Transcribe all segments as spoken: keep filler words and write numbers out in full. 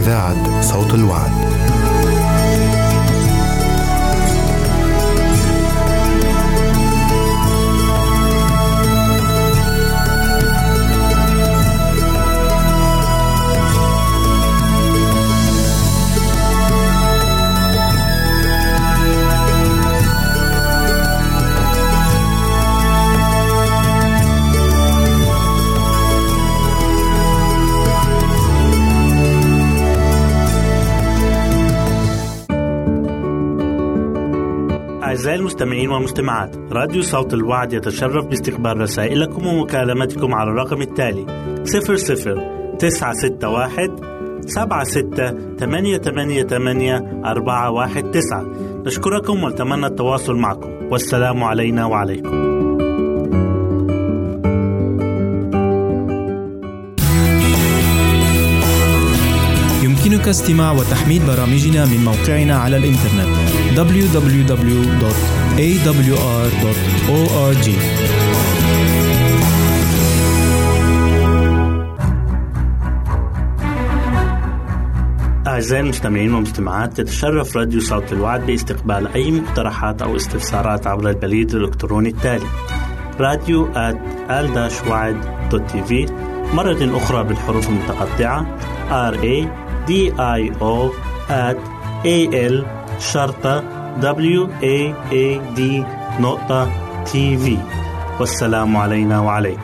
إذاعة صوت الوعد. أعزائي المستمعين والمستمعات، راديو صوت الوعد يتشرف باستقبال رسائلكم ومكالمتكم على الرقم التالي صفر صفر تسعة ستة واحد سبعة ستة ثمانية ثمانية ثمانية أربعة واحد تسعة. نشكركم ونتمنى التواصل معكم، والسلام علينا وعليكم. يمكنك استماع وتحميل برامجنا من موقعنا على الإنترنت دبليو دبليو دبليو دوت إيه دبليو آر دوت أو آر جي. أعزائي المستمعين والمستمعات، يتشرف راديو صوت الوعد باستقبال أي مقترحات أو استفسارات عبر البريد الإلكتروني التالي راديو آت آل وعد دوت تي في، مرة أخرى بالحروف المتقطعة R A D I O at A L شرطة W A A D نقطة تي في. والسلام علينا وعليكم.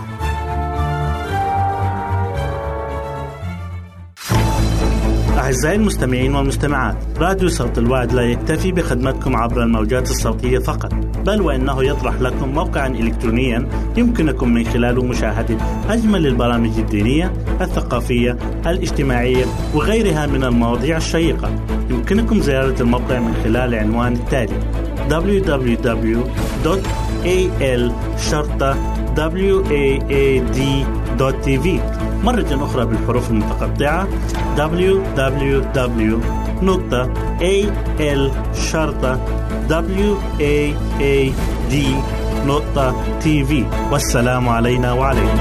أعزائي المستمعين والمستمعات، راديو صوت الوعد لا يكتفي بخدمتكم عبر الموجات الصوتية فقط، بل وإنه يطرح لكم موقعا إلكترونيا يمكنكم من خلاله مشاهدة أجمل البرامج الدينية، الثقافية، الاجتماعية وغيرها من المواضيع الشيقة. يمكنكم زيارة الموقع من خلال العنوان التالي دبليو دبليو دبليو دوت إيه إل شرطة W A A D دوت تي في، مرة أخرى بالحروف المتقطعة دبليو دبليو دبليو دوت إيه إل شرطة W A A D دوت تي في. والسلام علينا وعليكم.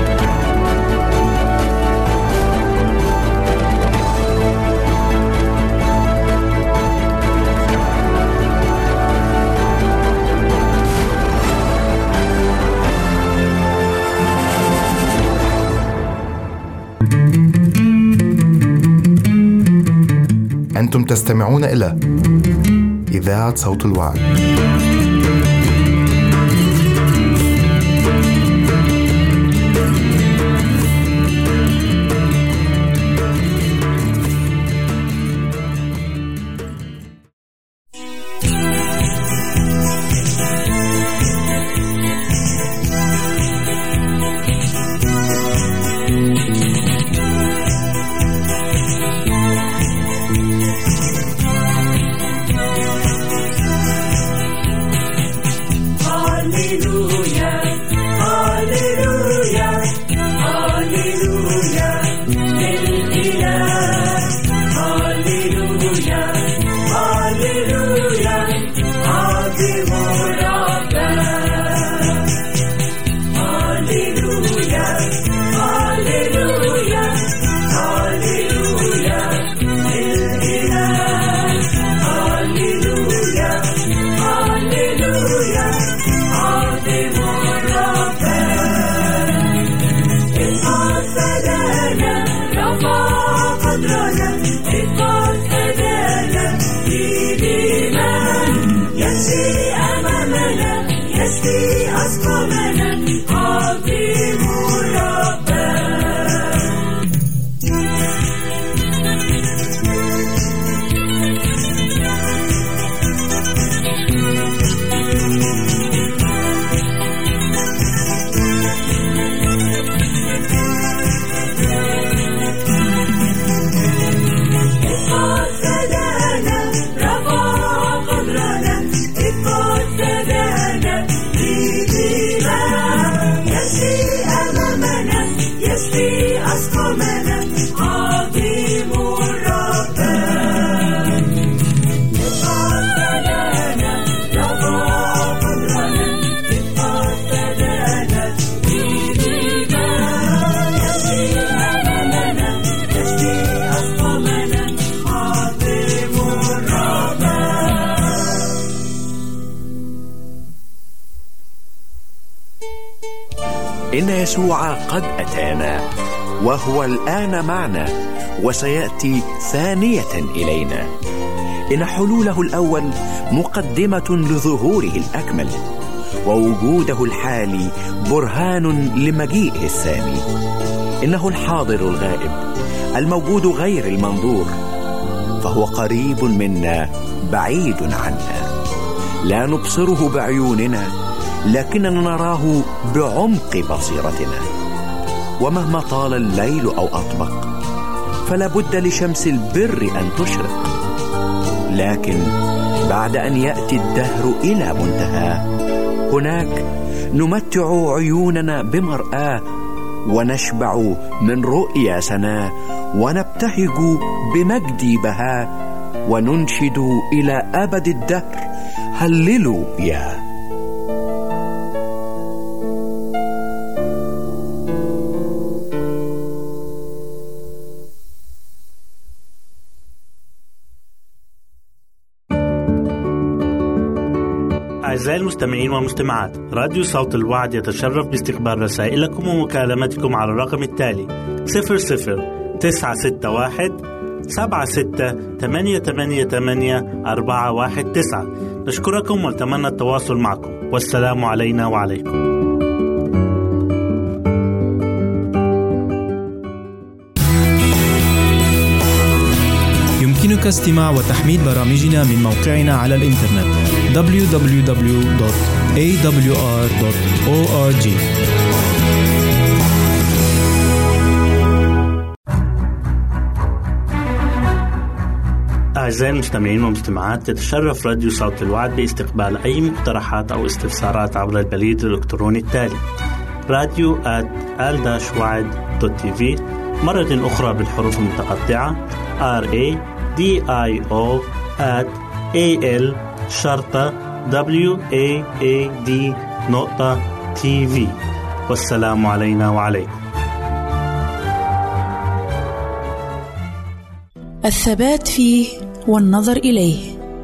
أنتم تستمعون إلى إذاعة صوت الوعد. يسوع قد أتانا، وهو الآن معنا، وسيأتي ثانية إلينا. إن حلوله الأول مقدمة لظهوره الأكمل، ووجوده الحالي برهان لمجيئه الثاني. إنه الحاضر الغائب، الموجود غير المنظور، فهو قريب منا بعيد عنا. لا نبصره بعيوننا، لكننا نراه بعمق بصيرتنا. ومهما طال الليل أو أطبق، فلا بد لشمس البر أن تشرق. لكن بعد أن يأتي الدهر إلى منتهى، هناك نمتع عيوننا بمرآة، ونشبع من رؤيا سناه، ونبتهج بمجد بهاء، وننشد إلى أبد الدهر هللويا. أعزائي المستمعين والمستمعات، راديو صوت الوعد يتشرف باستقبال رسائلكم ومكالمتكم على الرقم التالي صفر صفر تسعة ستة واحد سبعة ستة ثمانية ثمانية ثمانية أربعة واحد تسعة. نشكركم ونتمنى التواصل معكم، والسلام علينا وعليكم. يمكنك استماع وتحميل برامجنا من موقعنا على الإنترنت دبليو دبليو دبليو دوت إيه دبليو آر دوت أو آر جي. أعزائي المستمعين والمستمعات، تتشرف راديو صوت الوعد باستقبال أي مقترحات أو استفسارات عبر البريد الإلكتروني التالي راديو آت آل وعد دوت تي في، مرة أخرى بالحروف المتقطعة آر إيه دي آي أو آت إيه إل شرطة دبليو إيه إيه دي نقطة تي في. والسلام علينا وعليكم. الثبات فيه والنظر إليه.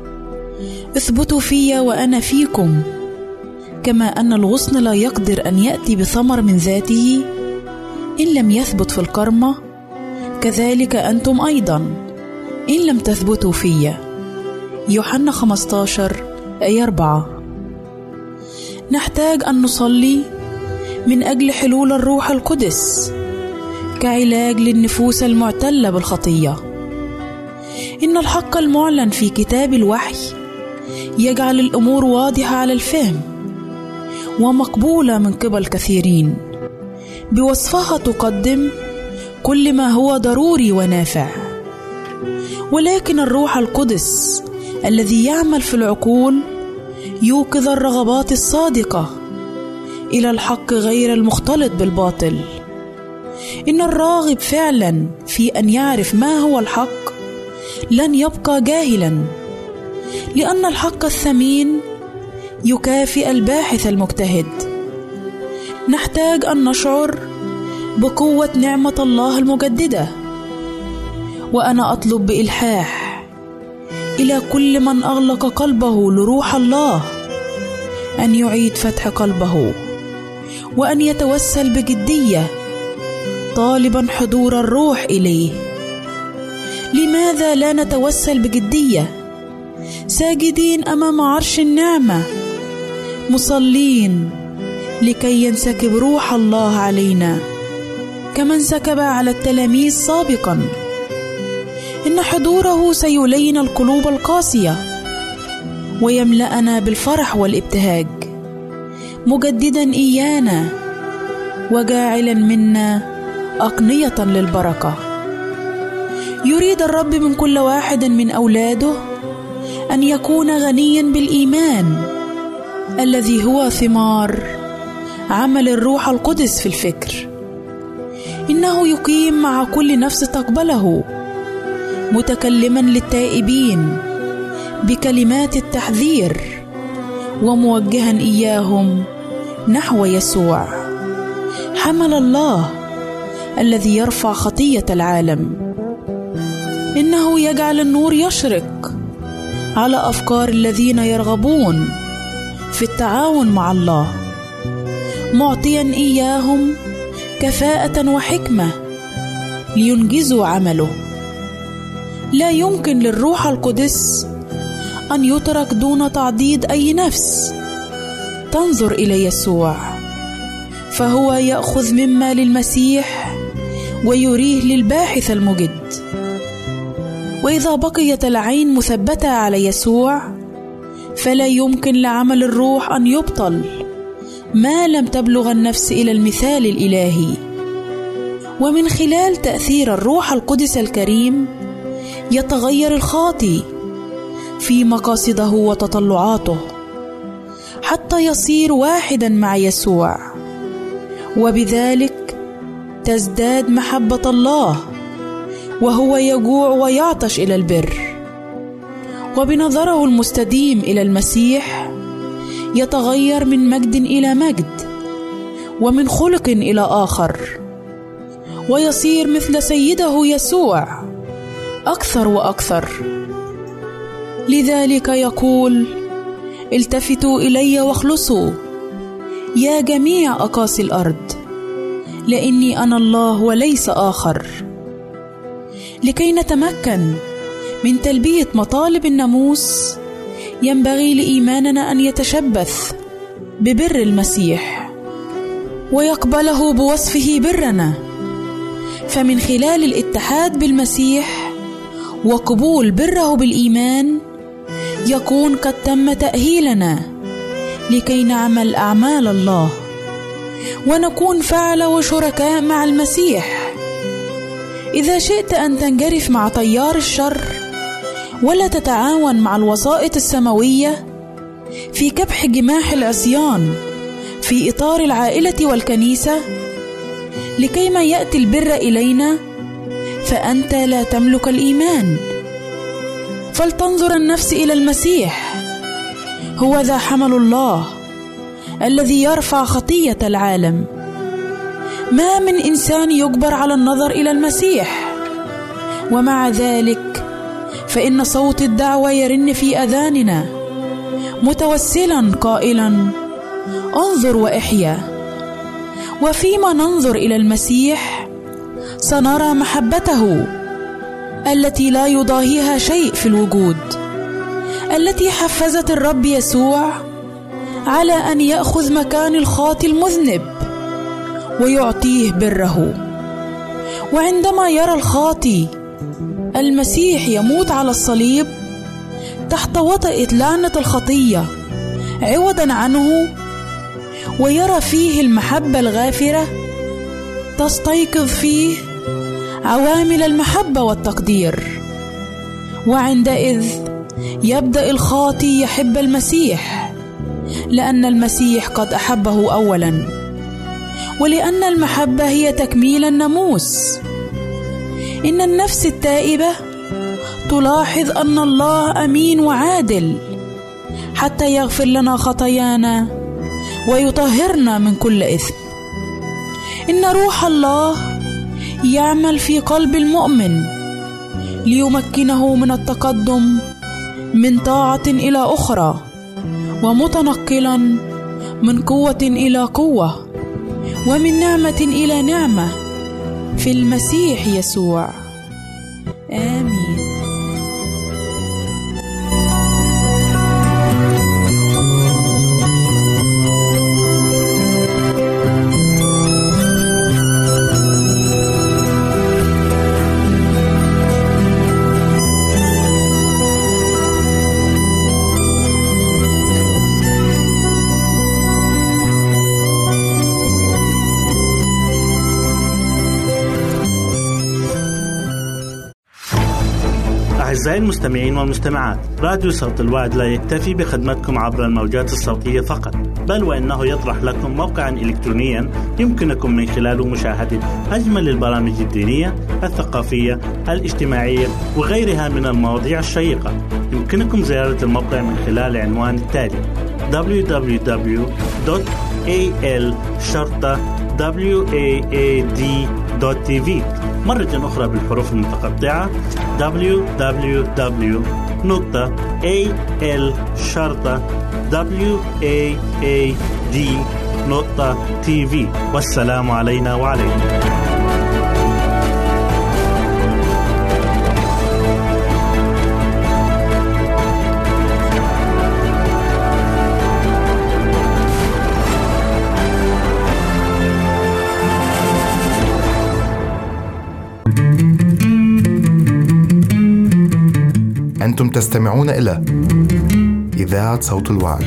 اثبتوا في وأنا فيكم، كما أن الغصن لا يقدر أن يأتي بثمر من ذاته إن لم يثبت في الكرمة، كذلك أنتم أيضا إن لم تثبتوا في. يوحنا خمسة عشر آية أربعة. نحتاج أن نصلي من أجل حلول الروح القدس كعلاج للنفوس المعتلة بالخطية. إن الحق المعلن في كتاب الوحي يجعل الأمور واضحة على الفهم ومقبولة من قبل كثيرين، بوصفها تقدم كل ما هو ضروري ونافع. ولكن الروح القدس الذي يعمل في العقول يوقظ الرغبات الصادقة إلى الحق غير المختلط بالباطل. إن الراغب فعلا في أن يعرف ما هو الحق لن يبقى جاهلا، لأن الحق الثمين يكافئ الباحث المجتهد. نحتاج أن نشعر بقوة نعمة الله المجددة. وأنا أطلب بإلحاح إلى كل من أغلق قلبه لروح الله أن يعيد فتح قلبه، وأن يتوسل بجدية طالبا حضور الروح إليه. لماذا لا نتوسل بجدية ساجدين أمام عرش النعمة مصلين لكي ينسكب روح الله علينا كما انسكب على التلاميذ سابقا؟ إن حضوره سيلين القلوب القاسية ويملأنا بالفرح والابتهاج، مجددا إيانا وجاعلا منا أقنية للبركة. يريد الرب من كل واحد من أولاده أن يكون غنيا بالإيمان الذي هو ثمار عمل الروح القدس في الفكر. إنه يقيم مع كل نفس تقبله، متكلما للتائبين بكلمات التحذير وموجها إياهم نحو يسوع حمل الله الذي يرفع خطية العالم. إنه يجعل النور يشرق على أفكار الذين يرغبون في التعاون مع الله، معطيا إياهم كفاءة وحكمة لينجزوا عمله. لا يمكن للروح القدس أن يترك دون تعضيد أي نفس تنظر إلى يسوع، فهو يأخذ مما للمسيح ويريه للباحث المجد. وإذا بقيت العين مثبتة على يسوع فلا يمكن لعمل الروح أن يبطل ما لم تبلغ النفس إلى المثال الإلهي. ومن خلال تأثير الروح القدس الكريم يتغير الخاطي في مقاصده وتطلعاته حتى يصير واحدا مع يسوع، وبذلك تزداد محبة الله وهو يجوع ويعطش إلى البر. وبنظره المستديم إلى المسيح يتغير من مجد إلى مجد ومن خلق إلى آخر، ويصير مثل سيده يسوع أكثر وأكثر. لذلك يقول: التفتوا إلي واخلصوا يا جميع أقاصي الأرض، لأني أنا الله وليس آخر. لكي نتمكن من تلبية مطالب الناموس ينبغي لإيماننا أن يتشبث ببر المسيح ويقبله بوصفه برنا. فمن خلال الاتحاد بالمسيح وقبول بره بالإيمان يكون قد تم تأهيلنا لكي نعمل أعمال الله ونكون فعل وشركاء مع المسيح. إذا شئت أن تنجرف مع تيار الشر ولا تتعاون مع الوسائط السماوية في كبح جماح العصيان في إطار العائلة والكنيسة لكي ما يأتي البر إلينا، فأنت لا تملك الإيمان. فلتنظر النفس إلى المسيح، هو ذا حمل الله الذي يرفع خطية العالم. ما من إنسان يجبر على النظر إلى المسيح، ومع ذلك فإن صوت الدعوة يرن في أذاننا متوسلا قائلا: انظر وإحيا. وفيما ننظر إلى المسيح سنرى محبته التي لا يضاهيها شيء في الوجود، التي حفزت الرب يسوع على أن يأخذ مكان الخاطي المذنب ويعطيه بره. وعندما يرى الخاطي المسيح يموت على الصليب تحت وطأة لعنة الخطية عوضا عنه، ويرى فيه المحبة الغافرة تستيقظ فيه عوامل المحبة والتقدير. وعندئذ يبدأ الخاطي يحب المسيح، لأن المسيح قد أحبه أولا، ولأن المحبة هي تكميل الناموس. إن النفس التائبة تلاحظ أن الله أمين وعادل حتى يغفر لنا خطايانا ويطهرنا من كل إثم. إن روح الله يعمل في قلب المؤمن ليمكنه من التقدم من طاعة إلى أخرى، ومتنقلا من قوة إلى قوة، ومن نعمة إلى نعمة في المسيح يسوع. آمين. أعزائي المستمعين والمستمعات، راديو صوت الوعد لا يكتفي بخدمتكم عبر الموجات الصوتية فقط، بل وإنه يطرح لكم موقعا إلكترونيا يمكنكم من خلاله مشاهدة أجمل البرامج الدينية، الثقافية، الاجتماعية وغيرها من المواضيع الشيقة. يمكنكم زيارة الموقع من خلال العنوان التالي: دبليو دبليو دبليو دوت إيه إل شرطة واد دوت تي في. مرة أخرى بالحروف المتقطعة: دبليو دبليو دبليو دوت إيه إل شرطة واد نقطة تي في. والسلام علينا وعليكم. أنتم تستمعون إلى إذاعة صوت الوعد.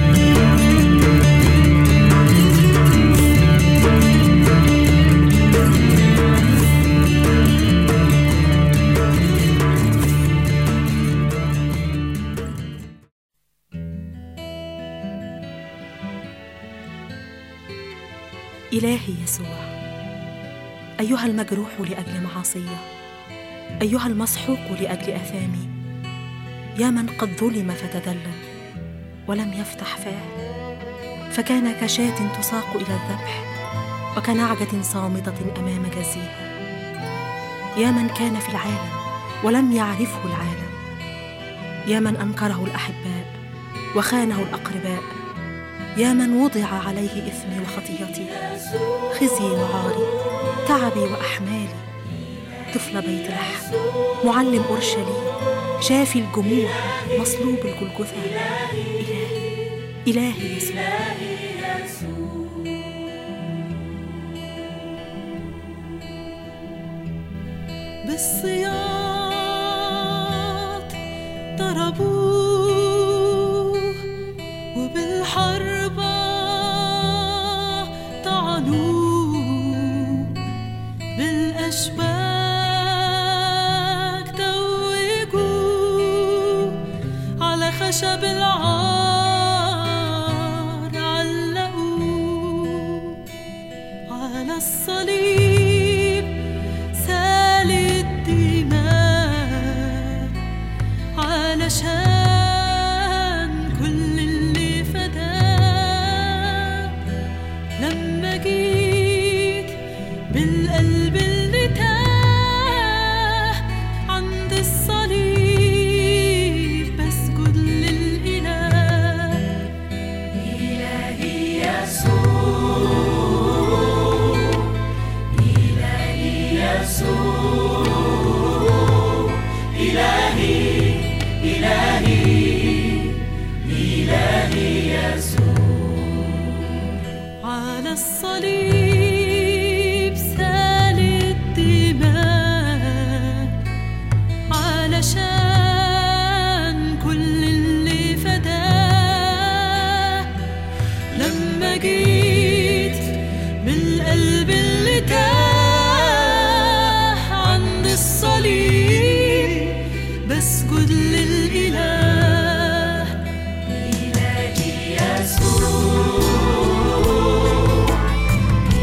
إلهي يسوع، أيها المجروح لأجل معاصيه، أيها المسحوق لأجل أثامي، يا من قد ظلم فتذلل ولم يفتح فاه، فكان كشاة تساق إلى الذبح وكنعجة صامتة أمام جزيها. يا من كان في العالم ولم يعرفه العالم، يا من أنكره الأحباء وخانه الأقرباء، يا من وضع عليه إثمي وخطيتي، خزي وعاري، تعبي وأحمالي، طفل بيت لحم، معلم أورشليم، شافي الجموع، مصلوب الجلجثة. إلهي إلهي يسوع. بالصياط ضربوه وبالحربة طعنوه، بالأشباك توجوه، على خشب العار علقوه، على الصليب سال الدماء، علشان كل اللي فداه. لما جيت بالقلب اللي تاه عند الصليب، بسجد للإله. إلهي يسوع، إلهي يسوع، إلهي إلهي إلهي يسوع. على الصليب سال الدماء، علشان كل اللي فداه. لما جيت بالقلب اللي تاه عند الصليب، بسجد للإله. إلهي يسوع،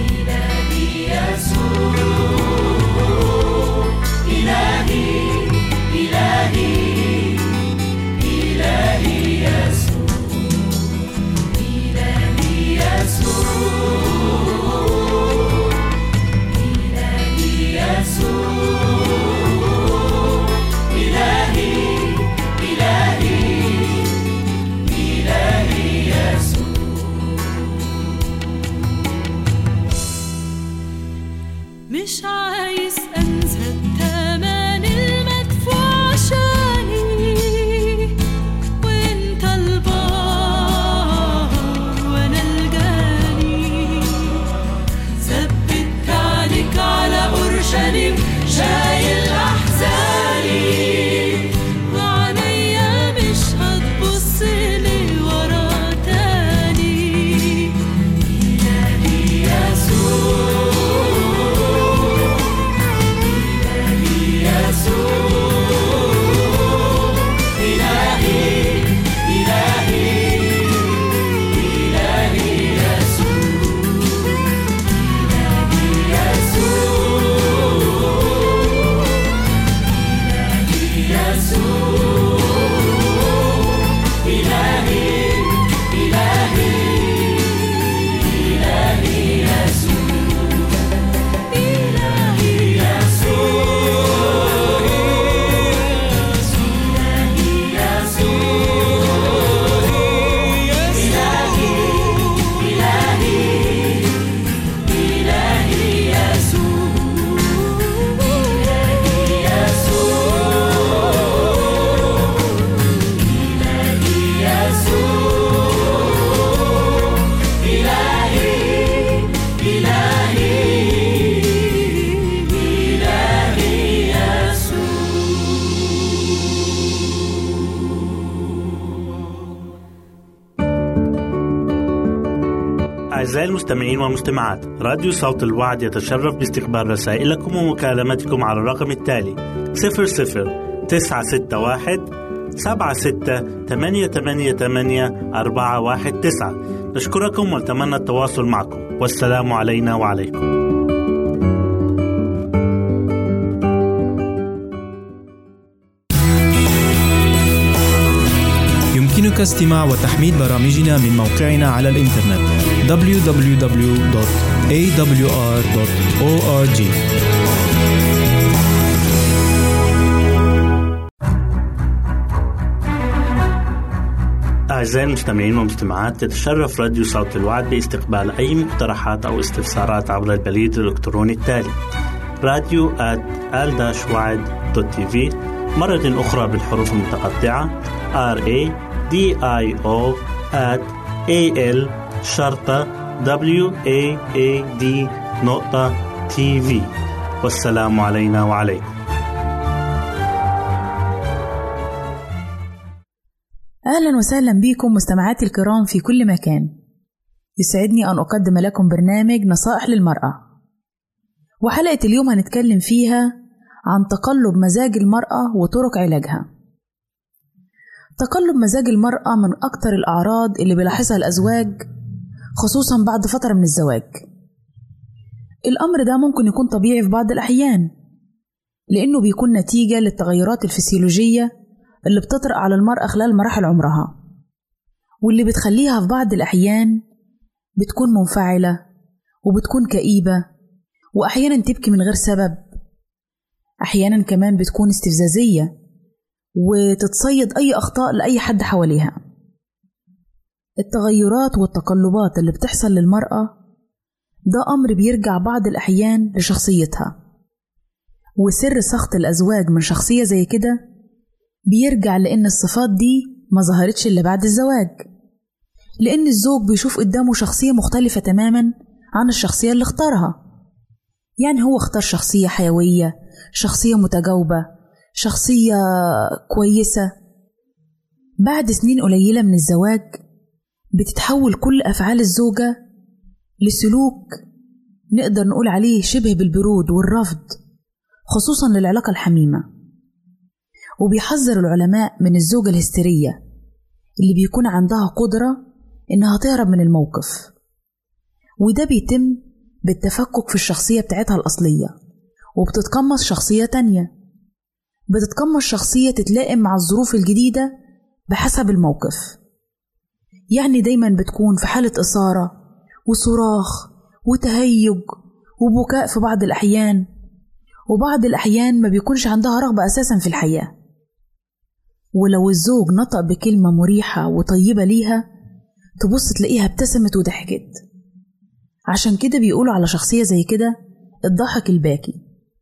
أعزائي المستمعين والمستمعات، راديو صوت الوعد يتشرف باستقبال رسائلكم ومكالمتكم على الرقم التالي صفر صفر تسعة ستة واحد سبعة ستة ثمانية ثمانية ثمانية أربعة واحد تسعة. نشكركم ونتمنى التواصل معكم، والسلام علينا وعليكم. يمكنك استماع وتحميل برامجنا من موقعنا على الإنترنت دبليو دبليو دبليو دوت إيه دبليو آر دوت أو آر جي. أعزائي المستمعين والمستمعات، تتشرف راديو صوت الوعد باستقبال أي مقترحات أو استفسارات عبر البريد الإلكتروني التالي راديو آت آل وعد دوت تي في، مرة أخرى بالحروف المتقطعة R A D I O at A L شرطة W A A D نقطة تي في. والسلام علينا وعليكم. أهلا وسهلا بكم مستمعاتي الكرام في كل مكان. يسعدني أن أقدم لكم برنامج نصائح للمرأة، وحلقة اليوم هنتكلم فيها عن تقلب مزاج المرأة وطرق علاجها. تقلب مزاج المرأة من أكتر الأعراض اللي بيلاحظها الأزواج، خصوصا بعد فترة من الزواج. الأمر ده ممكن يكون طبيعي في بعض الأحيان، لأنه بيكون نتيجة للتغيرات الفسيولوجية اللي بتطرأ على المرأة خلال مراحل عمرها، واللي بتخليها في بعض الأحيان بتكون منفعلة وبتكون كئيبة، وأحيانا تبكي من غير سبب. أحيانا كمان بتكون استفزازية وتتصيد أي أخطاء لأي حد حواليها. التغيرات والتقلبات اللي بتحصل للمرأة ده أمر بيرجع بعض الأحيان لشخصيتها، وسر سخط الأزواج من شخصية زي كده بيرجع لأن الصفات دي ما ظهرتش إلا بعد الزواج، لأن الزوج بيشوف قدامه شخصية مختلفة تماما عن الشخصية اللي اختارها. يعني هو اختار شخصية حيوية، شخصية متجاوبة، شخصية كويسة. بعد سنين قليلة من الزواج بتتحول كل أفعال الزوجة لسلوك نقدر نقول عليه شبه بالبرود والرفض، خصوصا للعلاقة الحميمة. وبيحذر العلماء من الزوجة الهستيرية اللي بيكون عندها قدرة إنها تهرب من الموقف، وده بيتم بالتفكك في الشخصية بتاعتها الأصلية، وبتتقمص شخصية تانية. بتتقمص شخصية تتلائم مع الظروف الجديدة بحسب الموقف. يعني دايما بتكون في حالة إثارة وصراخ وتهيج وبكاء في بعض الأحيان، وبعض الأحيان ما بيكونش عندها رغبة أساسا في الحياة. ولو الزوج نطق بكلمة مريحة وطيبة ليها، تبص تلاقيها ابتسمت وضحكت. عشان كده بيقولوا على شخصية زي كده الضحك الباكي.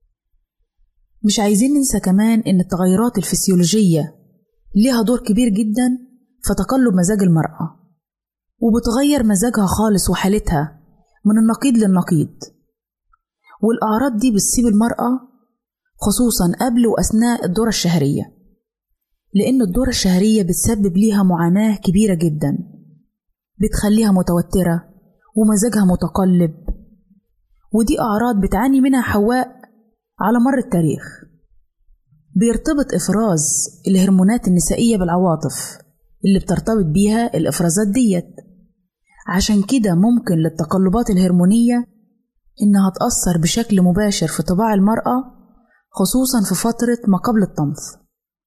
مش عايزين ننسى كمان إن التغيرات الفسيولوجية ليها دور كبير جدا في تقلب مزاج المرأة، وبتغير مزاجها خالص وحالتها من النقيض للنقيض. والأعراض دي بتصيب المرأة خصوصا قبل وأثناء الدورة الشهرية، لأن الدورة الشهرية بتسبب ليها معاناة كبيرة جدا، بتخليها متوترة ومزاجها متقلب. ودي أعراض بتعاني منها حواء على مر التاريخ. بيرتبط إفراز الهرمونات النسائية بالعواطف اللي بترتبط بيها الإفرازات ديت. عشان كده ممكن للتقلبات الهرمونية إنها تأثر بشكل مباشر في طباع المرأة، خصوصا في فترة ما قبل الطمث.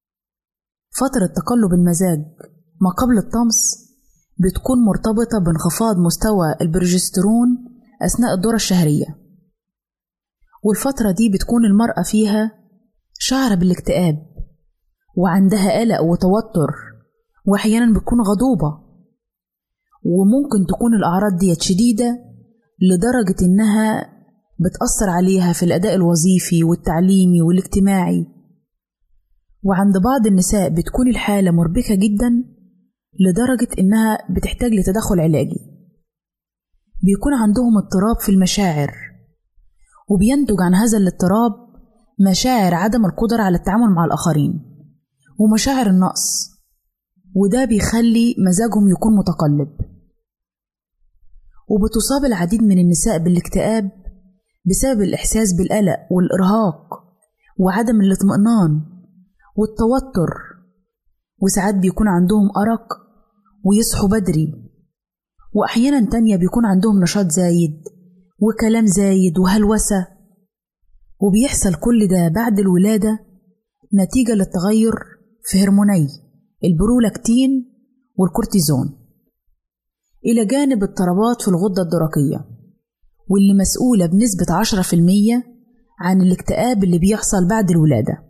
فترة تقلب المزاج ما قبل الطمث بتكون مرتبطة بانخفاض مستوى البروجسترون أثناء الدورة الشهرية، والفترة دي بتكون المرأة فيها شعر بالاكتئاب وعندها قلق وتوتر، وأحيانا بتكون غضوبة. وممكن تكون الأعراض دي شديدة لدرجة إنها بتأثر عليها في الأداء الوظيفي والتعليمي والاجتماعي. وعند بعض النساء بتكون الحالة مربكة جدا لدرجة إنها بتحتاج لتدخل علاجي. بيكون عندهم اضطراب في المشاعر، وبينتج عن هذا الاضطراب مشاعر عدم القدرة على التعامل مع الآخرين ومشاعر النقص، وده بيخلي مزاجهم يكون متقلب. وبتصاب العديد من النساء بالاكتئاب بسبب الإحساس بالقلق والإرهاق وعدم الاطمئنان والتوتر، وساعات بيكون عندهم أرق ويصحوا بدري، وأحيانا تانية بيكون عندهم نشاط زايد وكلام زايد وهلوسة. وبيحصل كل ده بعد الولادة نتيجة للتغير في هرموني البرولاكتين والكورتيزون، إلى جانب اضطرابات في الغدة الدرقية، واللي مسؤولة بنسبة عشرة في المية عن الاكتئاب اللي بيحصل بعد الولادة.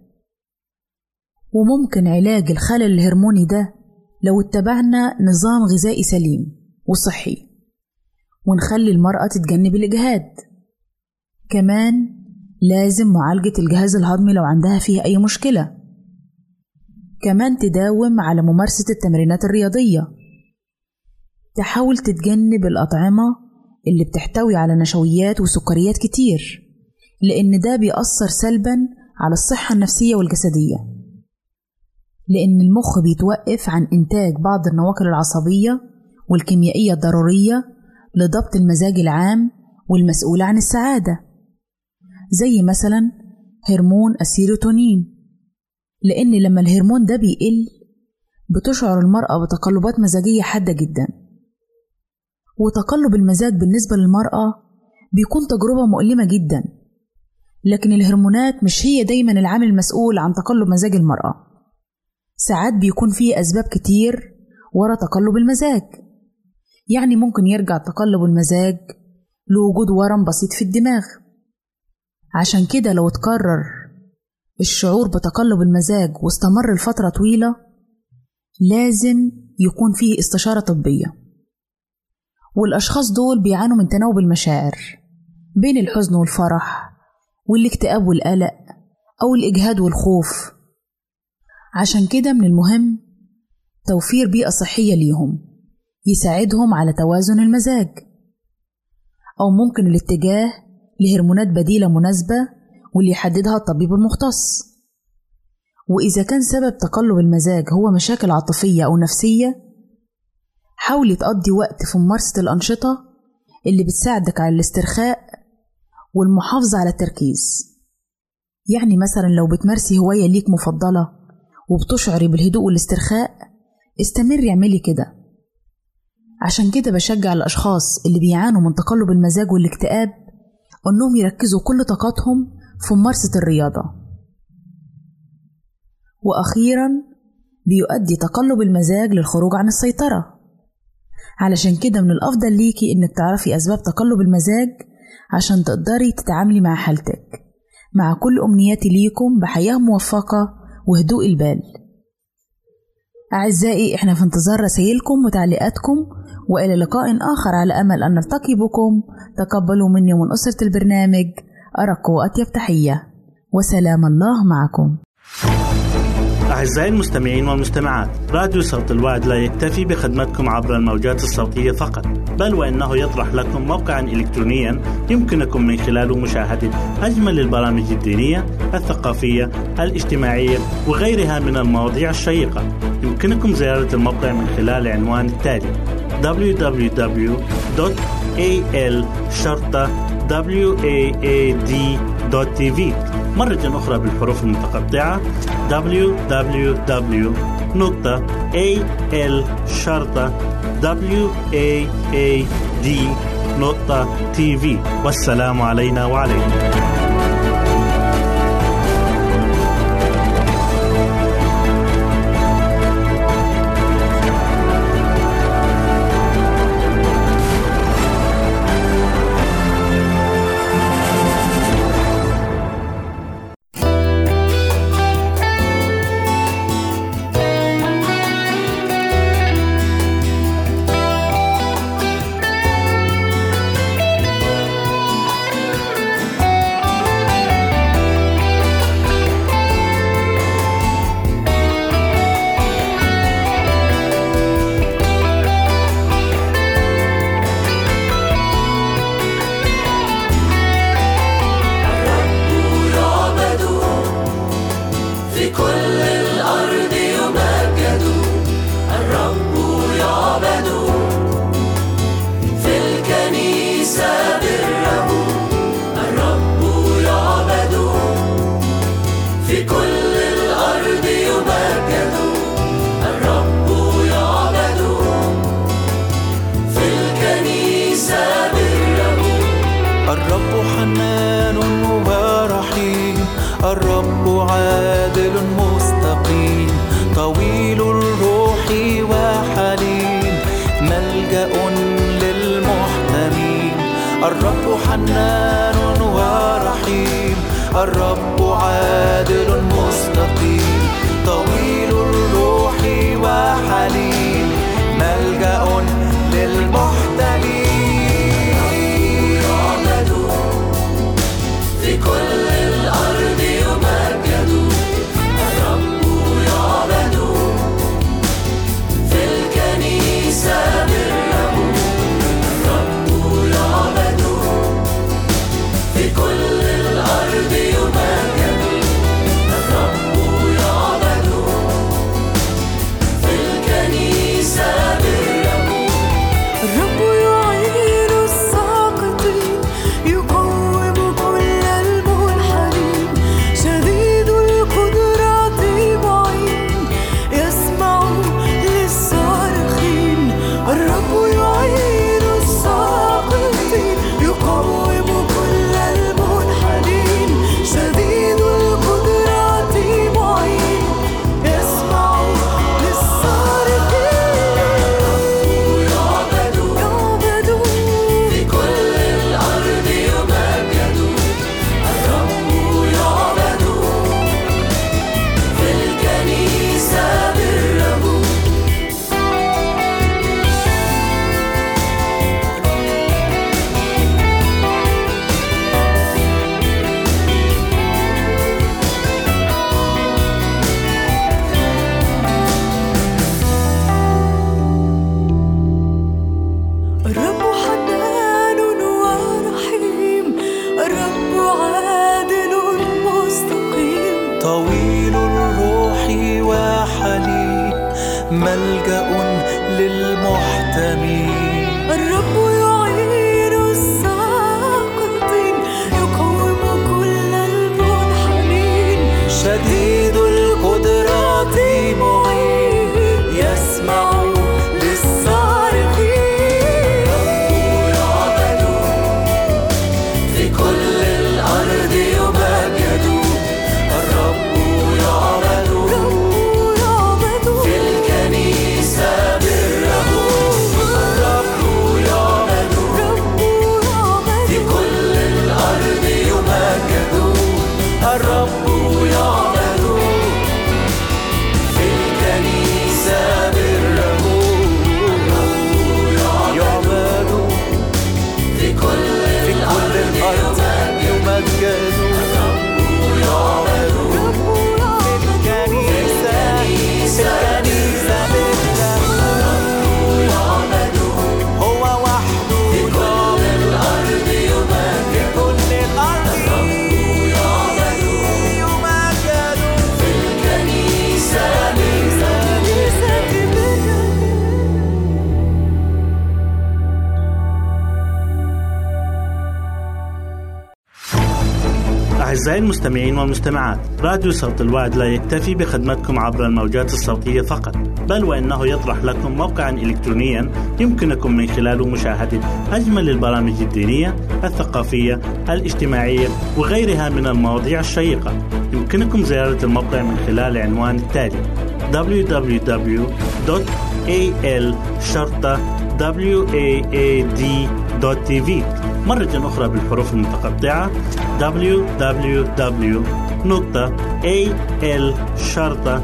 وممكن علاج الخلل الهرموني ده لو اتبعنا نظام غذائي سليم وصحي، ونخلي المرأة تتجنب الإجهاد. كمان لازم معالجة الجهاز الهضمي لو عندها فيه أي مشكلة. كمان تداوم على ممارسة التمرينات الرياضية، تحاول تتجنب الأطعمة اللي بتحتوي على نشويات وسكريات كتير، لأن ده بيأثر سلبا على الصحة النفسية والجسدية، لأن المخ بيتوقف عن إنتاج بعض النواقل العصبية والكيميائية الضرورية لضبط المزاج العام والمسؤولة عن السعادة، زي مثلا هرمون السيروتونين، لأن لما الهرمون ده بيقل بتشعر المرأة بتقلبات مزاجية حادة جدا. وتقلب المزاج بالنسبة للمرأة بيكون تجربة مؤلمة جدا، لكن الهرمونات مش هي دايما العامل المسؤول عن تقلب مزاج المرأة. ساعات بيكون فيه أسباب كتير ورا تقلب المزاج، يعني ممكن يرجع تقلب المزاج لوجود ورم بسيط في الدماغ. عشان كده لو اتكرر الشعور بتقلب المزاج واستمر لفترة طويلة لازم يكون فيه استشارة طبية. والأشخاص دول بيعانوا من تناوب المشاعر بين الحزن والفرح والاكتئاب والقلق أو الإجهاد والخوف. عشان كده من المهم توفير بيئة صحية ليهم يساعدهم على توازن المزاج، أو ممكن الاتجاه لهرمونات بديلة مناسبة واللي يحددها الطبيب المختص. وإذا كان سبب تقلب المزاج هو مشاكل عاطفية أو نفسية، حاولي تقضي وقت في ممارسة الأنشطة اللي بتساعدك على الاسترخاء والمحافظة على التركيز. يعني مثلا لو بتمارسي هواية ليك مفضلة وبتشعري بالهدوء والاسترخاء، استمري اعملي كده. عشان كده بشجع الأشخاص اللي بيعانوا من تقلب المزاج والاكتئاب أنهم يركزوا كل طاقتهم في ممارسة الرياضة. وأخيرا بيؤدي تقلب المزاج للخروج عن السيطرة، علشان كده من الأفضل ليكي إنك تعرفي أسباب تقلب المزاج عشان تقدري تتعاملي مع حالتك. مع كل أمنياتي ليكم بحياة موفقة وهدوء البال. أعزائي، إحنا في انتظار رسائلكم وتعليقاتكم، وإلى لقاء آخر على أمل أن نلتقي بكم. تقبلوا مني ومن أسرة البرنامج أرق وأطيب تحية، وسلام الله معكم. أعزائي المستمعين والمستمعات، راديو صوت الوعد لا يكتفي بخدمتكم عبر الموجات الصوتية فقط، بل وإنه يطرح لكم موقعا إلكترونيا يمكنكم من خلاله مشاهدة أجمل البرامج الدينية، الثقافية، الاجتماعية وغيرها من المواضيع الشيقة. يمكنكم زيارة الموقع من خلال العنوان التالي دبليو دبليو دبليو دوت إيه إل شرطة واد دوت تي في. مرة أخرى بالحروف المتقطعة دبليو دبليو دبليو دوت إيه إل شرطة واد دوت تي في. والسلام علينا وعليكم. حنان ورحيم، الرب عادل مستقيم، طويل الروح وحليم، ملجأ للمحتمين. يعبد في كل الأرض يمجد، الرب يعبد في الكنيسة بالرب، الرب يعبد في كل الأرض يمجد، الرب يعبد في الكنيسة بالرب. الرب يعين الساقطين، يقوم كل المنحنين، شديد القدرات معين، يسمع للصارخين. الرب يعين الساقطين، يقوم كل المنحنين، شديد القدرات معين، يسمع للصارخين. يعبد في كل الأرض يمجد، الرب يعبد في الكنيسة بالرب. الرب حنان ورحيم، الرب عادل مستقيم، طويل الروح وحليم، ملجأ للمحتمين. الرب يعين الساقطين، يقوم كل المنحنين، شديد القدرات معين، يسمع للصارخين. يعبد في كل الأرض يمجد، الرب يعبد في الكنيسة بالرب، الرب يعبد في كل الأرض يمجد، الرب يعبد في الكنيسة بالرب، يعبد في كل الأرض يمجد، الرب يعبد في الكنيسة الكنيسة بالرب، يعبد هو وحده في كل الأرض يمجد، في كل الأرض يعبد يمجد في الكنيسة أعزائي المستمعين والمستمعات، راديو صوت الوعد لا يكتفي بخدمتكم عبر الموجات الصوتية فقط، بل وإنه يطرح لكم موقعا إلكترونيا يمكنكم من خلاله مشاهدة أجمل البرامج الدينية، الثقافية، الاجتماعية وغيرها من المواضيع الشيقة. يمكنكم زيارة الموقع من خلال العنوان التالي دبليو دبليو دبليو دوت إيه إل شرطة واد دوت تي في. مرة أخرى بالحروف المتقطعة دبليو دبليو دبليو دوت إيه إل شرطة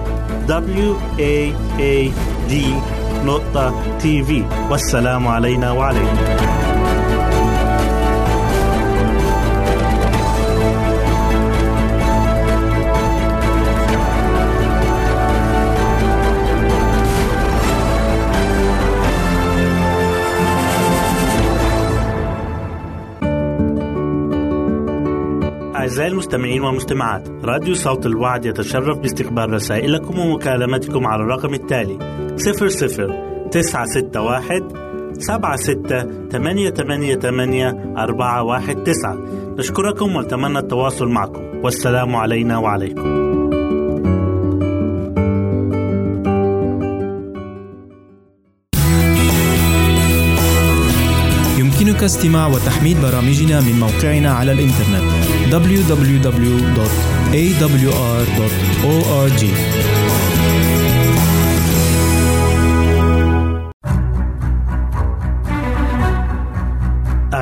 واد دوت تي في. والسلام علينا وعليكم. أعزائي المستمعين والمستمعات، راديو صوت الوعد يتشرف باستقبال رسائلكم ومكالمتكم على الرقم التالي صفر صفر تسعة ستة واحد سبعة ستة ثمانية ثمانية ثمانية أربعة واحد تسعة. نشكركم ونتمنى التواصل معكم، والسلام علينا وعليكم. يمكنك استماع وتحميل برامجنا من موقعنا على الإنترنت دبليو دبليو دبليو دوت إيه دبليو آر دوت أو آر جي.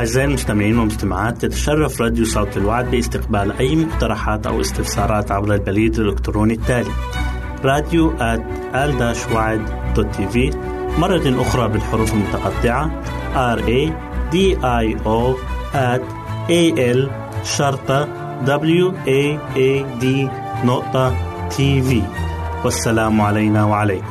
أعزائي المستمعين والمستمعات، تتشرف راديو صوت الوعد باستقبال أي مقترحات أو استفسارات عبر البريد الإلكتروني التالي راديو آت آل وعد دوت تي في، مرة أخرى بالحروف المتقطعة R A D I O at A L شرطة W A A D نقطة تي في. والسلام علينا وعليكم.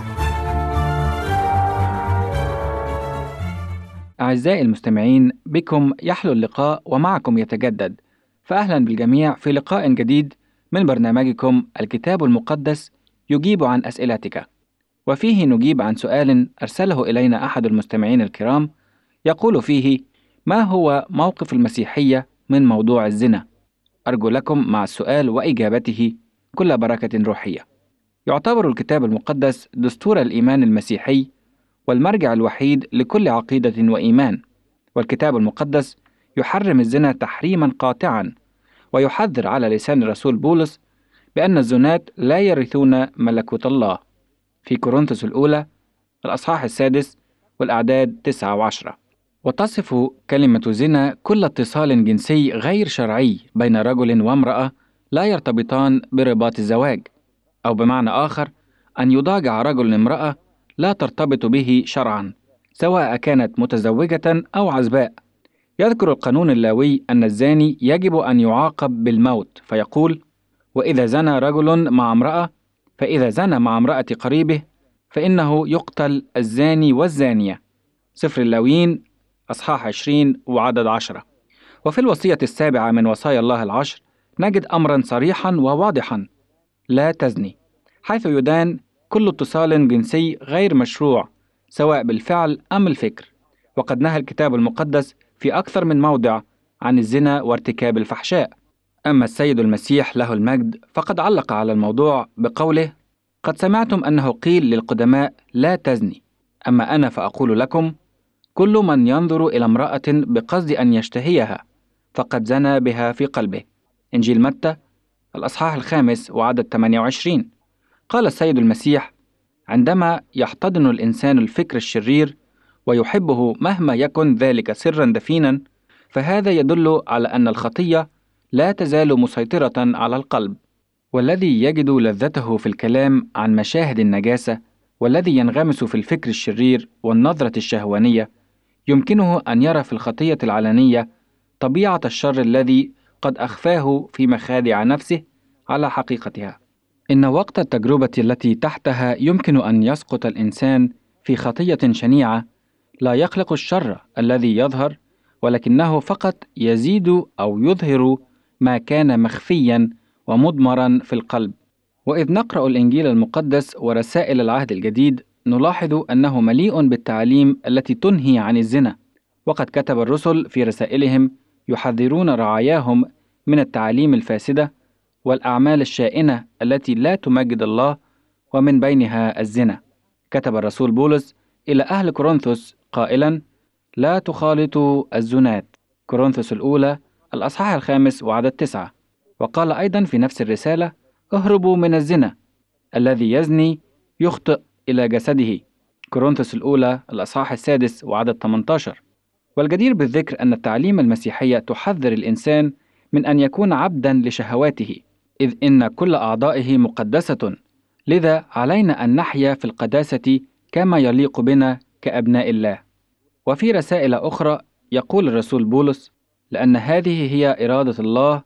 أعزائي المستمعين، بكم يحلو اللقاء ومعكم يتجدد، فأهلا بالجميع في لقاء جديد من برنامجكم الكتاب المقدس يجيب عن أسئلتك، وفيه نجيب عن سؤال أرسله إلينا أحد المستمعين الكرام يقول فيه: ما هو موقف المسيحية من موضوع الزنا؟ أرجو لكم مع السؤال وإجابته كل بركة روحية. يعتبر الكتاب المقدس دستور الإيمان المسيحي والمرجع الوحيد لكل عقيدة وإيمان، والكتاب المقدس يحرم الزنا تحريما قاطعا، ويحذر على لسان الرسول بولس بأن الزنات لا يرثون ملكوت الله في كورنثوس الأولى الأصحاح السادس والأعداد تسعة وعشرة. وتصف كلمة زنا كل اتصال جنسي غير شرعي بين رجل وامرأة لا يرتبطان برباط الزواج، أو بمعنى آخر أن يضاجع رجل امرأة لا ترتبط به شرعا، سواء كانت متزوجة أو عزباء. يذكر القانون اللاوي أن الزاني يجب أن يعاقب بالموت، فيقول: وإذا زنى رجل مع امرأة فإذا زنى مع امرأة قريبه فإنه يقتل الزاني والزانية. سفر اللاويين أصحاح عشرين وعدد عشرة. وفي الوصية السابعة من وصايا الله العشر نجد أمرا صريحا وواضحا: لا تزني، حيث يدان كل اتصال جنسي غير مشروع سواء بالفعل أم الفكر. وقد نهى الكتاب المقدس في أكثر من موضع عن الزنا وارتكاب الفحشاء. أما السيد المسيح له المجد فقد علق على الموضوع بقوله: قد سمعتم أنه قيل للقدماء لا تزني، أما أنا فأقول لكم كل من ينظر إلى امرأة بقصد أن يشتهيها فقد زنى بها في قلبه. إنجيل متى الأصحاح الخامس وعدد ثمانية وعشرين. قال السيد المسيح: عندما يحتضن الإنسان الفكر الشرير ويحبه مهما يكن ذلك سرا دفينا، فهذا يدل على أن الخطية لا تزال مسيطرة على القلب. والذي يجد لذته في الكلام عن مشاهد النجاسة والذي ينغمس في الفكر الشرير والنظرة الشهوانية يمكنه أن يرى في الخطية العلنية طبيعة الشر الذي قد أخفاه في مخادع نفسه على حقيقتها. إن وقت التجربة التي تحتها يمكن أن يسقط الإنسان في خطية شنيعة لا يخلق الشر الذي يظهر، ولكنه فقط يزيد أو يظهر ما كان مخفيا ومضمرا في القلب. وإذ نقرأ الإنجيل المقدس ورسائل العهد الجديد نلاحظ أنه مليء بالتعاليم التي تنهي عن الزنا، وقد كتب الرسل في رسائلهم يحذرون رعاياهم من التعاليم الفاسدة والأعمال الشائنة التي لا تمجد الله، ومن بينها الزنا. كتب الرسول بولس إلى أهل كورنثوس قائلا: لا تخالطوا الزنات، كورنثوس الأولى الأصحاح الخامس وعدد تسعة. وقال أيضا في نفس الرسالة: اهربوا من الزنا، الذي يزني يخطئ إلى جسده، كورنثوس الأولى الأصحاح السادس وعدد ثمانية عشر. والجدير بالذكر أن التعليم المسيحية تحذر الإنسان من أن يكون عبدا لشهواته، إذ إن كل أعضائه مقدسة، لذا علينا أن نحيا في القداسة كما يليق بنا كأبناء الله. وفي رسائل أخرى يقول الرسول بولس: لأن هذه هي إرادة الله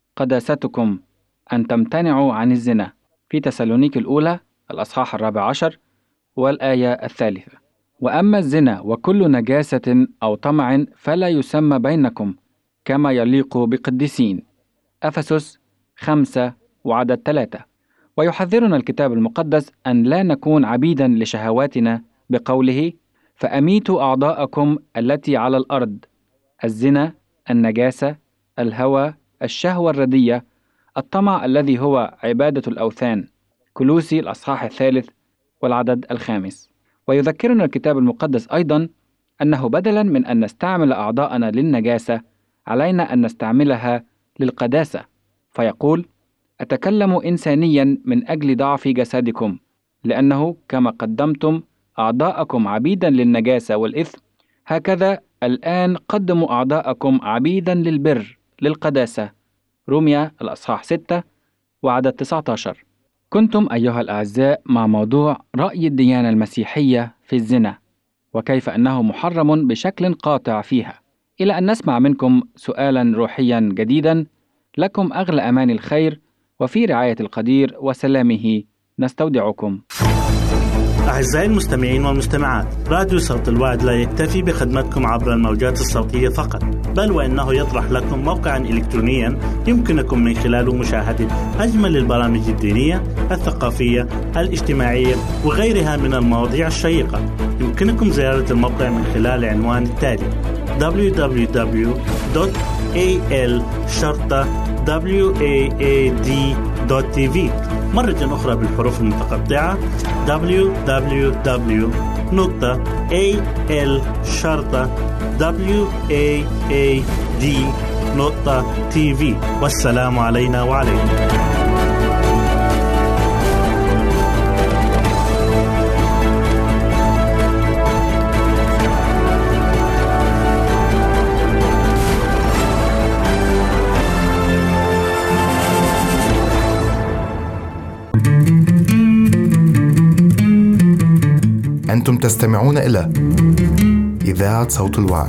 قداستكم أن تمتنعوا عن الزنا، في تسالونيك الأولى الأصحاح الرابع عشر والآية الثالثة. وأما الزنا وكل نجاسة أو طمع فلا يسمى بينكم كما يليق بقديسين، أفسس خمسة وعدد ثلاثة. ويحذرنا الكتاب المقدس أن لا نكون عبيدا لشهواتنا بقوله: فأميتوا أعضاءكم التي على الأرض، الزنا، النجاسة، الهوى، الشهوة الردية، الطمع الذي هو عبادة الأوثان، كولوسي الأصحاح الثالث والعدد الخامس. ويذكرنا الكتاب المقدس أيضا أنه بدلا من أن نستعمل أعضاءنا للنجاسة علينا أن نستعملها للقداسة، فيقول: أتكلم إنسانيا من أجل ضعف جسدكم، لأنه كما قدمتم أعضاءكم عبيدا للنجاسة والإثم، هكذا الآن قدموا أعضاءكم عبيدا للبر للقداسة. روميا الأصحاح ستة وعدد تسعة عشر. كنتم أيها الأعزاء مع موضوع رأي الديانة المسيحية في الزنا، وكيف أنه محرم بشكل قاطع فيها. إلى أن نسمع منكم سؤالا روحيا جديدا، لكم أغلى أمان الخير، وفي رعاية القدير وسلامه نستودعكم. أعزائي المستمعين والمستمعات، راديو صوت الوعد لا يكتفي بخدمتكم عبر الموجات الصوتية فقط، بل وإنه يطرح لكم موقعا إلكترونيا يمكنكم من خلاله مشاهدة أجمل البرامج الدينية، الثقافية، الاجتماعية وغيرها من المواضيع الشيقة. يمكنكم زيارة الموقع من خلال العنوان التالي دبليو دبليو دبليو دوت إيه إل شرطة واد دوت تي في. مرة أخرى بالحروف المتقطعة دبليو دبليو دبليو دوت إيه إل شرطة واد دوت تي في. والسلام علينا وعليكم. أنتم تستمعون إلى إذاعة صوت الوعد.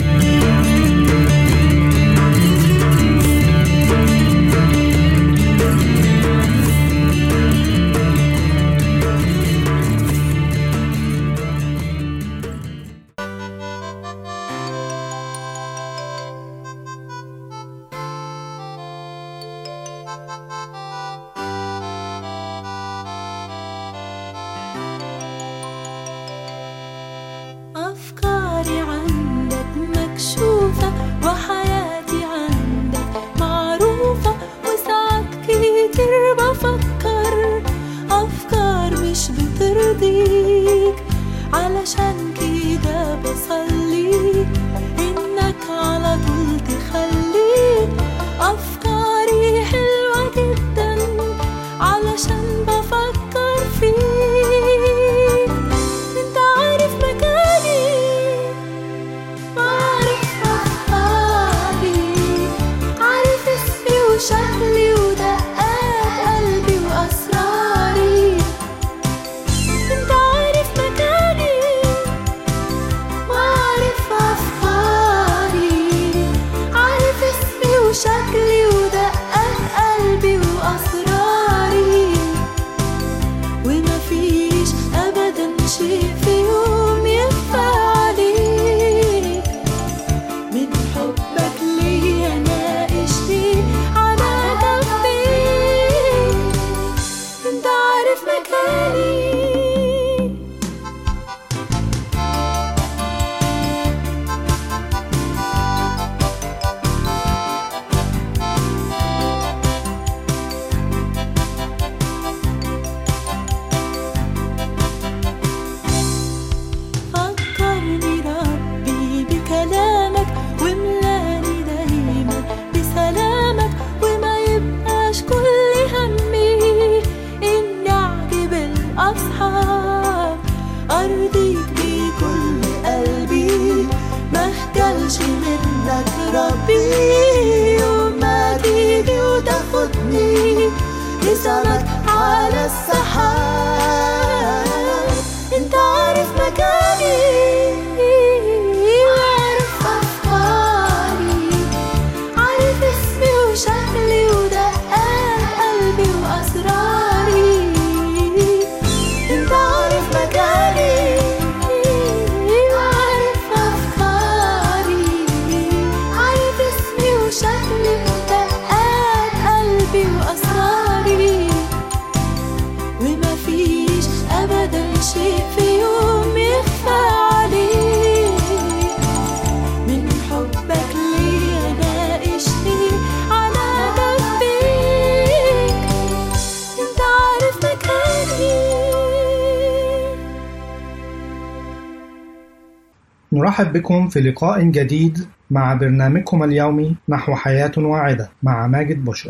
نرحب بكم في لقاء جديد مع برنامجكم اليومي نحو حياة واعدة مع ماجد بشرى.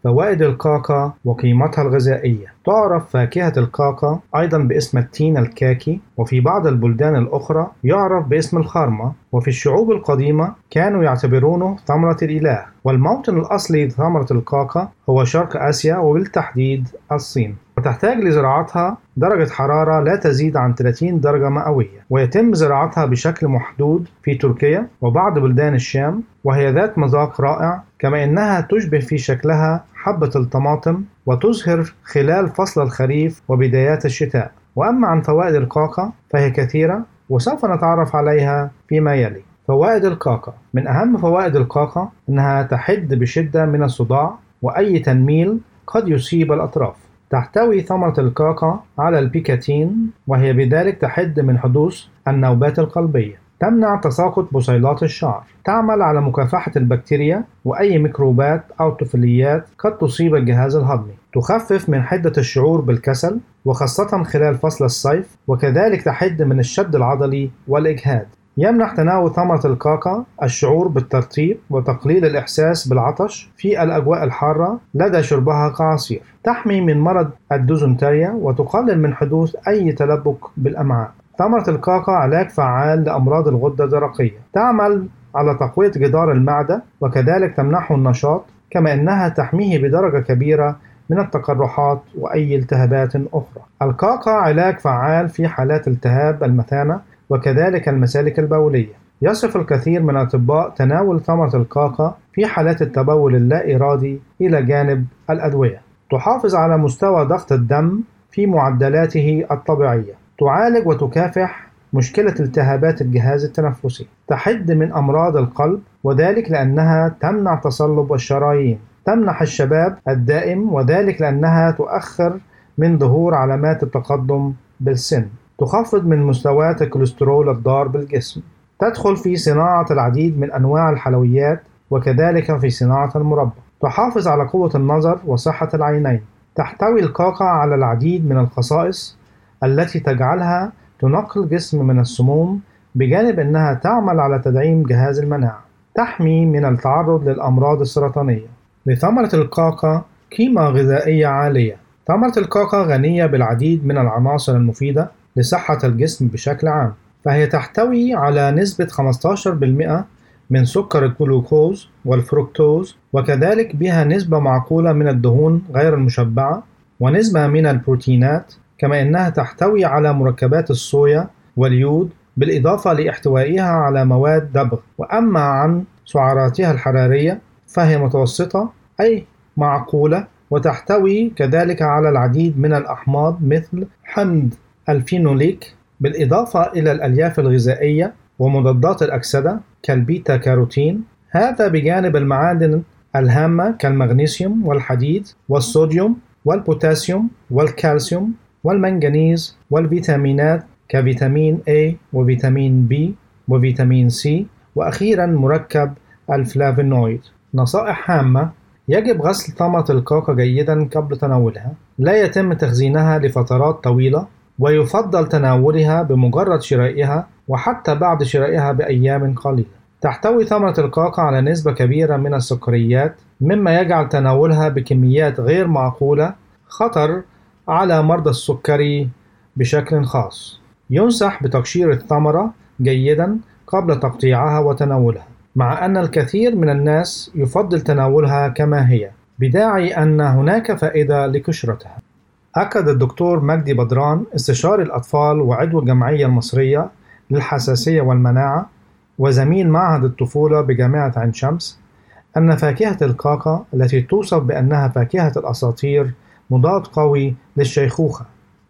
فوائد الكاكا وقيمتها الغذائية. تعرف فاكهة الكاكا أيضا باسم التين الكاكي، وفي بعض البلدان الأخرى يعرف باسم الخرمة، وفي الشعوب القديمة كانوا يعتبرونه ثمرة الإله. والموطن الأصلي لثمرة الكاكا هو شرق آسيا وبالتحديد الصين، وتحتاج لزراعتها درجة حرارة لا تزيد عن ثلاثين درجة مئوية، ويتم زراعتها بشكل محدود في تركيا وبعض بلدان الشام، وهي ذات مذاق رائع، كما إنها تشبه في شكلها حبة الطماطم وتزهر خلال فصل الخريف وبدايات الشتاء. وأما عن فوائد الكاكا فهي كثيرة وسوف نتعرف عليها فيما يلي. فوائد الكاكا: من أهم فوائد الكاكا أنها تحد بشدة من الصداع وأي تنميل قد يصيب الأطراف. تحتوي ثمرة الكاكا على البيكاتين، وهي بذلك تحد من حدوث النوبات القلبية. تمنع تساقط بصيلات الشعر. تعمل على مكافحة البكتيريا وأي ميكروبات أو طفيليات قد تصيب الجهاز الهضمي. تخفف من حدة الشعور بالكسل وخاصة خلال فصل الصيف، وكذلك تحد من الشد العضلي والإجهاد. يمنح تناول ثمرة الكاكا الشعور بالترطيب وتقليل الإحساس بالعطش في الأجواء الحارة لدى شربها كعصير. تحمي من مرض الديزنتريا وتقلل من حدوث أي تلبك بالأمعاء. ثمرة الكاكا علاج فعال لأمراض الغدة الدرقية. تعمل على تقوية جدار المعدة وكذلك تمنحه النشاط، كما أنها تحميه بدرجة كبيرة من التقرحات وأي التهابات أخرى. الكاكا علاج فعال في حالات التهاب المثانة وكذلك المسالك البولية. يصف الكثير من الأطباء تناول ثمرة الكاكا في حالات التبول اللا إرادي إلى جانب الأدوية. تحافظ على مستوى ضغط الدم في معدلاته الطبيعية. تعالج وتكافح مشكلة التهابات الجهاز التنفسي. تحد من أمراض القلب، وذلك لأنها تمنع تصلب الشرايين. تمنح الشباب الدائم، وذلك لأنها تؤخر من ظهور علامات التقدم بالسن. تخفض من مستويات الكوليسترول الضار بالجسم. تدخل في صناعة العديد من أنواع الحلويات وكذلك في صناعة المربى. تحافظ على قوة النظر وصحة العينين. تحتوي الكاكا على العديد من الخصائص التي تجعلها تنقي الجسم من السموم، بجانب أنها تعمل على تدعيم جهاز المناعة. تحمي من التعرض للأمراض السرطانية. لثمرة الكاكا قيمة غذائية عالية. ثمرة الكاكا غنية بالعديد من العناصر المفيدة لصحة الجسم بشكل عام، فهي تحتوي على نسبة خمسة عشر بالمئة من سكر الجلوكوز والفركتوز، وكذلك بها نسبة معقولة من الدهون غير المشبعة ونسبة من البروتينات، كما أنها تحتوي على مركبات الصويا واليود، بالإضافة لاحتوائها على مواد دبغ. وأما عن سعراتها الحرارية فهي متوسطة أي معقولة، وتحتوي كذلك على العديد من الأحماض مثل حمض الفينوليك، بالإضافة إلى الألياف الغذائية ومضادات الأكسدة كالبيتا كاروتين، هذا بجانب المعادن الهامة كالمغنيسيوم والحديد والصوديوم والبوتاسيوم والكالسيوم والمنغنيز والفيتامينات كفيتامين A وفيتامين B وفيتامين C، وأخيرا مركب الفلافونويد. نصائح هامة: يجب غسل ثمرة الكاكا جيدا قبل تناولها. لا يتم تخزينها لفترات طويلة، ويفضل تناولها بمجرد شرائها وحتى بعد شرائها بأيام قليلة. تحتوي ثمرة الكاكا على نسبة كبيرة من السكريات، مما يجعل تناولها بكميات غير معقولة خطر على مرضى السكري بشكل خاص. ينصح بتقشير الثمرة جيدا قبل تقطيعها وتناولها، مع أن الكثير من الناس يفضل تناولها كما هي بداعي أن هناك فائدة لقشرتها. أكد الدكتور مجدي بدران استشاري الأطفال وعضو الجمعية المصرية للحساسية والمناعة وزميل معهد الطفولة بجامعة عين شمس أن فاكهة الكاكا التي توصف بأنها فاكهة الأساطير مضاد قوي للشيخوخة،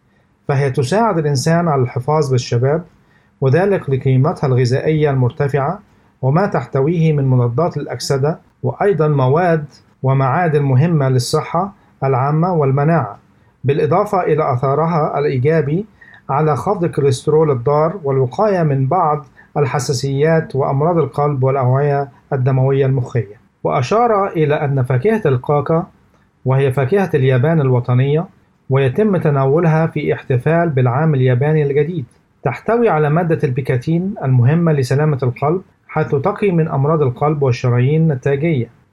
فهي تساعد الإنسان على الحفاظ بالشباب، وذلك لقيمتها الغذائية المرتفعة وما تحتويه من مضادات الأكسدة، وأيضا مواد ومعادن مهمة للصحة العامة والمناعة، بالإضافة إلى أثرها الإيجابي على خفض الكوليسترول الضار والوقاية من بعض الحساسيات وأمراض القلب والأوعية الدموية المخية. وأشار إلى أن فاكهة الكاكا وهي فاكهة اليابان الوطنية، ويتم تناولها في احتفال بالعام الياباني الجديد. تحتوي على مادة البيكاتين المهمة لسلامة القلب، حيث تقي من أمراض القلب والشرايين التاجية.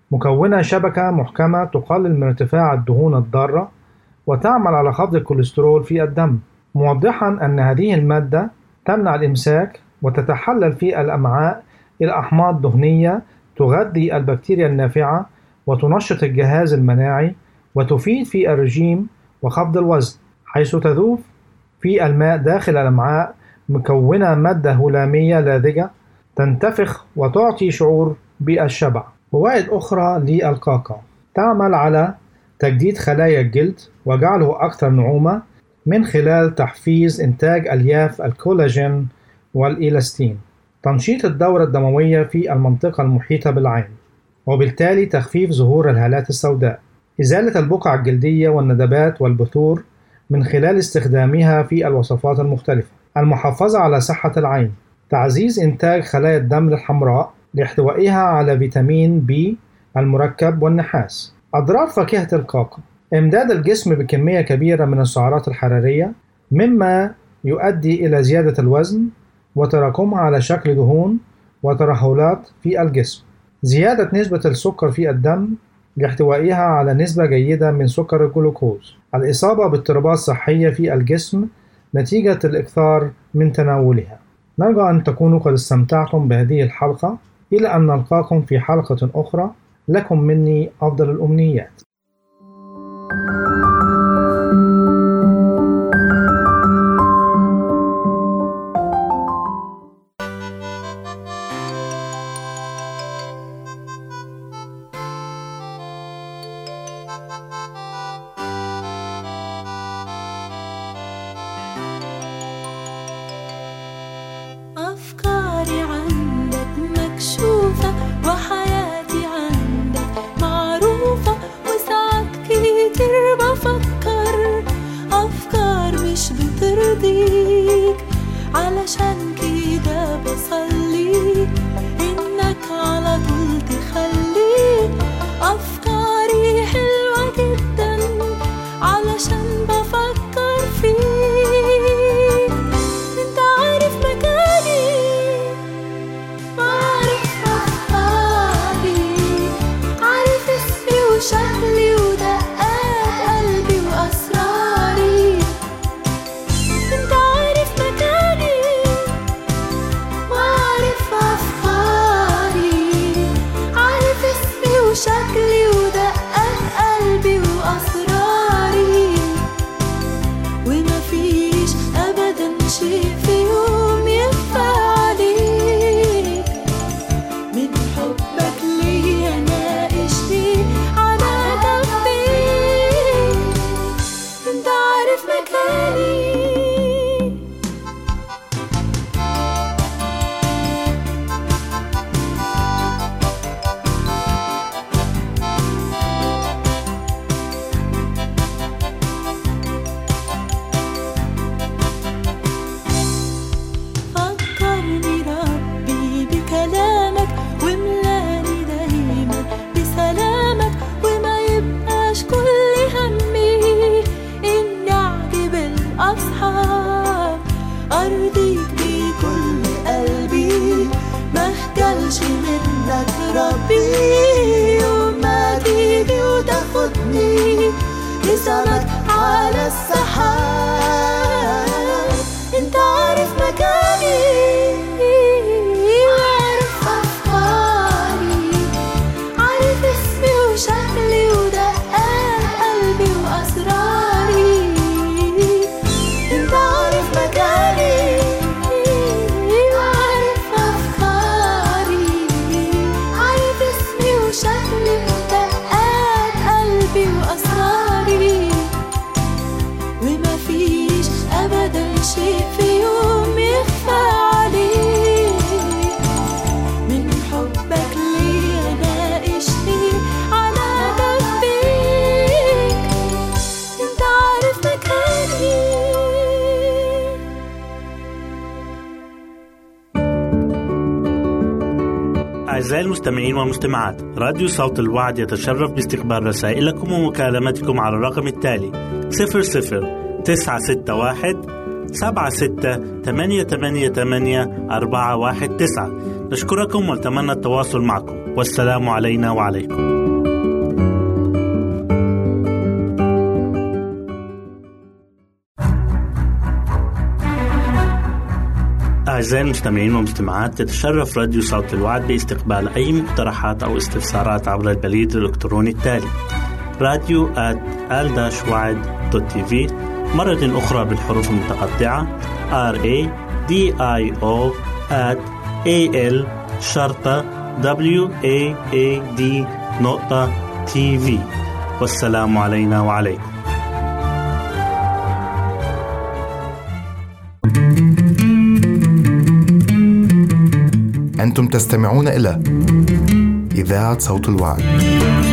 مكونة شبكة محكمة تقلل من ارتفاع الدهون الضارة وتعمل على خفض الكوليسترول في الدم، موضحا أن هذه المادة تمنع الإمساك وتتحلل في الأمعاء إلى أحماض دهنية تغذي البكتيريا النافعة وتنشط الجهاز المناعي وتفيد في الرجيم وخفض الوزن، حيث تذوب في الماء داخل الأمعاء مكونة مادة هلامية لاذجة تنتفخ وتعطي شعور بالشبع. فوائد أخرى للكاكاو: تعمل على تجديد خلايا الجلد وجعله أكثر نعومة من خلال تحفيز إنتاج ألياف الكولاجين والإيلاستين، تنشيط الدورة الدموية في المنطقة المحيطة بالعين وبالتالي تخفيف ظهور الهالات السوداء، إزالة البقع الجلدية والندبات والبثور من خلال استخدامها في الوصفات المختلفة، المحافظة على صحة العين، تعزيز إنتاج خلايا الدم الحمراء لاحتوائها على فيتامين بي المركب والنحاس. أضرار فاكهة الكاكاو: إمداد الجسم بكمية كبيرة من السعرات الحرارية مما يؤدي إلى زيادة الوزن وتراكمها على شكل دهون وترهلات في الجسم، زيادة نسبة السكر في الدم لاحتوائها على نسبة جيدة من سكر الجلوكوز، الإصابة باضطرابات صحية في الجسم نتيجة الإكثار من تناولها. نرجو أن تكونوا قد استمتعتم بهذه الحلقة، إلى أن نلقاكم في حلقة أخرى. لكم مني أفضل الأمنيات. أفكاري عندك مكشوفة وحياتي عندك معروفة، وساعات كتير بفكر أفكار مش بترضيك، علشان كده بصلي إنك على طول تخلي أفكاري حلوة جدا علشان بفكر فيك. انت عارف مكاني وعارف أفكاري، عارف اسمي وشكلي ودقات قلبي وأسراري. انت عارف مكاني وعارف أفكاري، عارف اسمي وشكلي ودقات قلبي وأسراري، ومفيش أبدا شيء في يوم يخفى عليك. من حبك ليا ناقشني على كفيك، انت عارف مكاني. فكرني ربي بكلامك وملاني دايما بسلامك، وما يبقاش كل همي إني أعجب الأصحاب، أرضيك بكل قلبي مخجلش منك ربي، وما تيجي وتاخدني لسانك على السحاب. انت عارف مكاني وعارف أفكاري، عارف اسمي وشكلي ودقات قلبي وأسراري. انت عارف مكاني وعارف أفكاري، عارف اسمي وشكلي ودقات قلبي وأسراري، وما فيش أبدا شيء في يوم يخفى عليك. من حبك ليا ناقشني على كفيك، انت عارف مكاني. أعزائي المستمعين والمستمعات، راديو صوت الوعد يتشرف باستقبال رسائلكم ومكالمتكم على الرقم التالي صفر صفر تسعة ستة واحد سبعة ستة ثمانية ثمانية ثمانية أربعة واحد تسعة. نشكركم ونتمنى التواصل معكم، والسلام علينا وعليكم. أعزائي المستمعين والمستمعات، تتشرف راديو صوت الوعد باستقبال أي مقترحات أو استفسارات عبر البريد الإلكتروني التالي راديو آت آل وعد دوت تي في، مرة أخرى بالحروف المتقطعة radio at al شرطة wad نقطة تي في. والسلام علينا وعليكم. أنتم تستمعون إلى إذاعة صوت الوعد.